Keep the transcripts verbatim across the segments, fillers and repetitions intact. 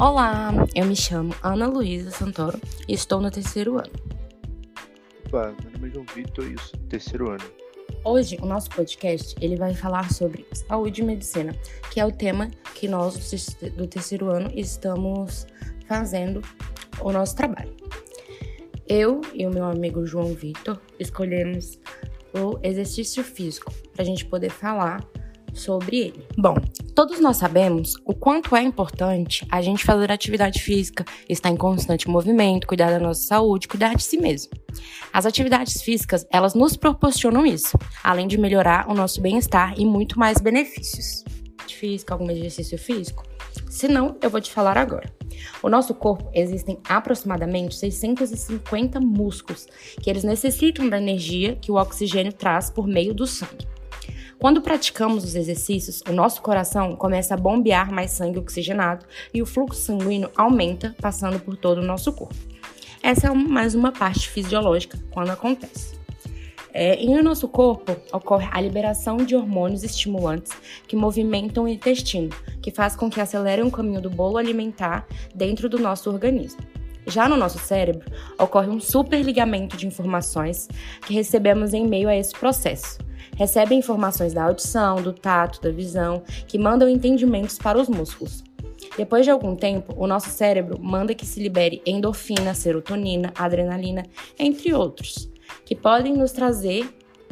Olá, eu me chamo Ana Luísa Santoro e estou no terceiro ano. Opa, meu nome é João Vitor e eu sou do terceiro ano. Hoje, o nosso podcast ele vai falar sobre saúde e medicina, que é o tema que nós do terceiro ano estamos fazendo o nosso trabalho. Eu e o meu amigo João Vitor escolhemos o exercício físico para a gente poder falar sobre ele. Bom, todos nós sabemos o quanto é importante a gente fazer atividade física, estar em constante movimento, cuidar da nossa saúde, cuidar de si mesmo. As atividades físicas, elas nos proporcionam isso, além de melhorar o nosso bem-estar e muito mais benefícios. Física, algum exercício físico? Se não, eu vou te falar agora. O nosso corpo existem aproximadamente seiscentos e cinquenta músculos, que eles necessitam da energia que o oxigênio traz por meio do sangue. Quando praticamos os exercícios, o nosso coração começa a bombear mais sangue oxigenado e o fluxo sanguíneo aumenta, passando por todo o nosso corpo. Essa é mais uma parte fisiológica quando acontece. É, e no nosso corpo ocorre a liberação de hormônios estimulantes que movimentam o intestino, que faz com que acelere o caminho do bolo alimentar dentro do nosso organismo. Já no nosso cérebro, ocorre um superligamento de informações que recebemos em meio a esse processo. Recebe informações da audição, do tato, da visão, que mandam entendimentos para os músculos. Depois de algum tempo, o nosso cérebro manda que se libere endorfina, serotonina, adrenalina, entre outros, que podem nos trazer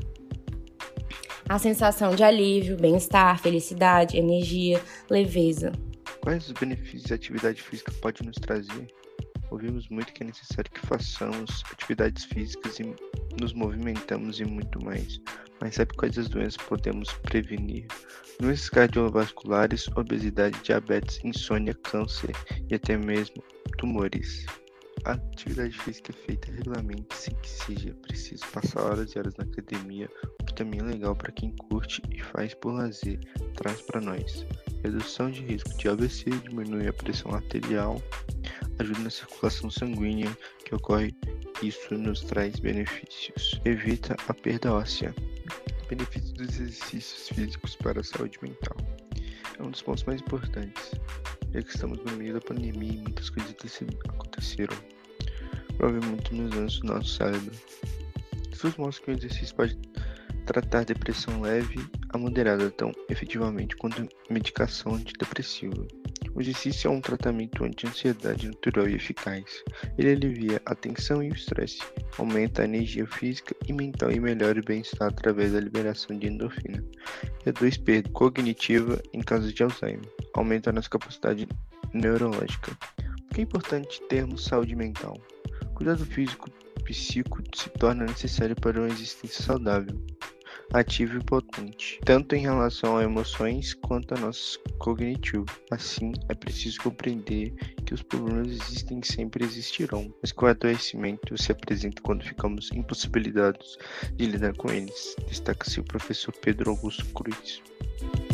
a sensação de alívio, bem-estar, felicidade, energia, leveza. Quais os benefícios a atividade física pode nos trazer? Ouvimos muito que é necessário que façamos atividades físicas e nos movimentamos e muito mais. Mas sabe quais as doenças podemos prevenir? Doenças cardiovasculares, obesidade, diabetes, insônia, câncer e até mesmo tumores. A atividade física é feita regularmente sem que seja preciso passar horas e horas na academia, o que também é legal para quem curte e faz por lazer, traz para nós. Redução de risco de A V C, diminui a pressão arterial, ajuda na circulação sanguínea que ocorre, isso nos traz benefícios. Evita a perda óssea. Benefícios dos exercícios físicos para a saúde mental. É um dos pontos mais importantes, já que estamos no meio da pandemia e muitas coisas aconteceram. Provavelmente nos anos do nosso cérebro. Estudos mostram que o exercício pode tratar depressão leve a moderada tão efetivamente quanto medicação antidepressiva. O exercício é um tratamento anti-ansiedade natural e eficaz. Ele alivia a tensão e o estresse, aumenta a energia física e mental e melhora o bem-estar através da liberação de endorfina. Reduz perda cognitiva em casos de Alzheimer, aumenta a nossa capacidade neurológica. Por que é importante termos saúde mental? Cuidado físico e psíquico se torna necessário para uma existência saudável, ativo e potente, tanto em relação a emoções quanto a nosso cognitivo. Assim, é preciso compreender que os problemas existem e sempre existirão, mas que o adoecimento se apresenta quando ficamos impossibilitados de lidar com eles, destaca-se o professor Pedro Augusto Cruz.